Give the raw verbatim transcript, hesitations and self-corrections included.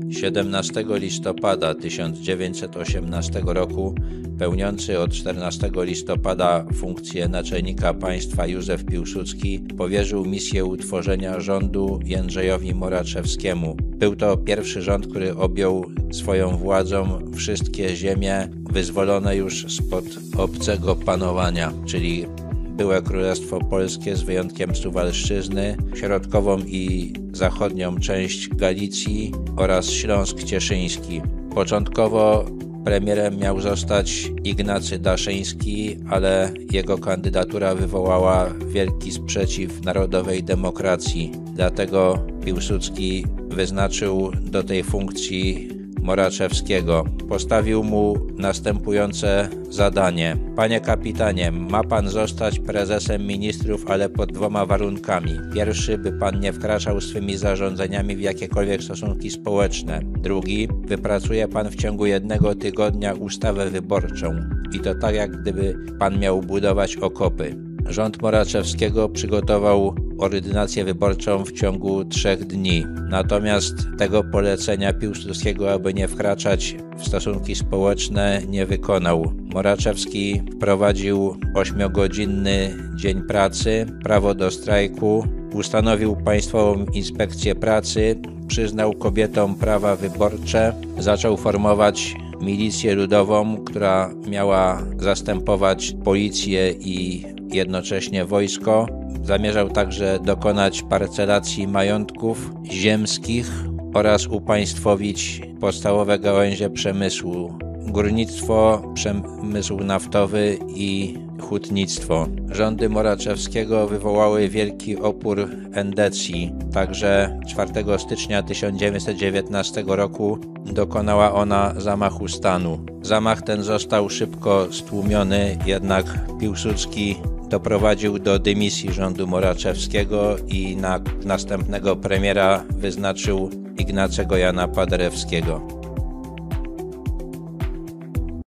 siedemnastego listopada tysiąc dziewięćset osiemnastego roku pełniący od czternastego listopada funkcję naczelnika państwa Józef Piłsudski powierzył misję utworzenia rządu Jędrzejowi Moraczewskiemu. Był to pierwszy rząd, który objął swoją władzą wszystkie ziemie wyzwolone już spod obcego panowania, czyli byłe Królestwo Polskie z wyjątkiem Suwalszczyzny, środkową i zachodnią część Galicji oraz Śląsk Cieszyński. Początkowo premierem miał zostać Ignacy Daszyński, ale jego kandydatura wywołała wielki sprzeciw narodowej demokracji. Dlatego Piłsudski wyznaczył do tej funkcji Moraczewskiego. Postawił mu następujące zadanie. Panie kapitanie, ma pan zostać prezesem ministrów, ale pod dwoma warunkami. Pierwszy, by pan nie wkraczał swymi zarządzeniami w jakiekolwiek stosunki społeczne. Drugi, wypracuje pan w ciągu jednego tygodnia ustawę wyborczą. I to tak, jak gdyby pan miał budować okopy. Rząd Moraczewskiego przygotował ordynację wyborczą w ciągu trzech dni. Natomiast tego polecenia Piłsudskiego, aby nie wkraczać w stosunki społeczne, nie wykonał. Moraczewski wprowadził ośmiogodzinny dzień pracy, prawo do strajku, ustanowił Państwową Inspekcję Pracy, przyznał kobietom prawa wyborcze, zaczął formować milicję ludową, która miała zastępować policję i jednocześnie wojsko. Zamierzał także dokonać parcelacji majątków ziemskich oraz upaństwowić podstawowe gałęzie przemysłu: górnictwo, przemysł naftowy i hutnictwo. Rządy Moraczewskiego wywołały wielki opór Endecji. Także czwartego stycznia tysiąc dziewięćset dziewiętnastego roku dokonała ona zamachu stanu. Zamach ten został szybko stłumiony, jednak Piłsudski doprowadził do dymisji rządu Moraczewskiego i na następnego premiera wyznaczył Ignacego Jana Paderewskiego.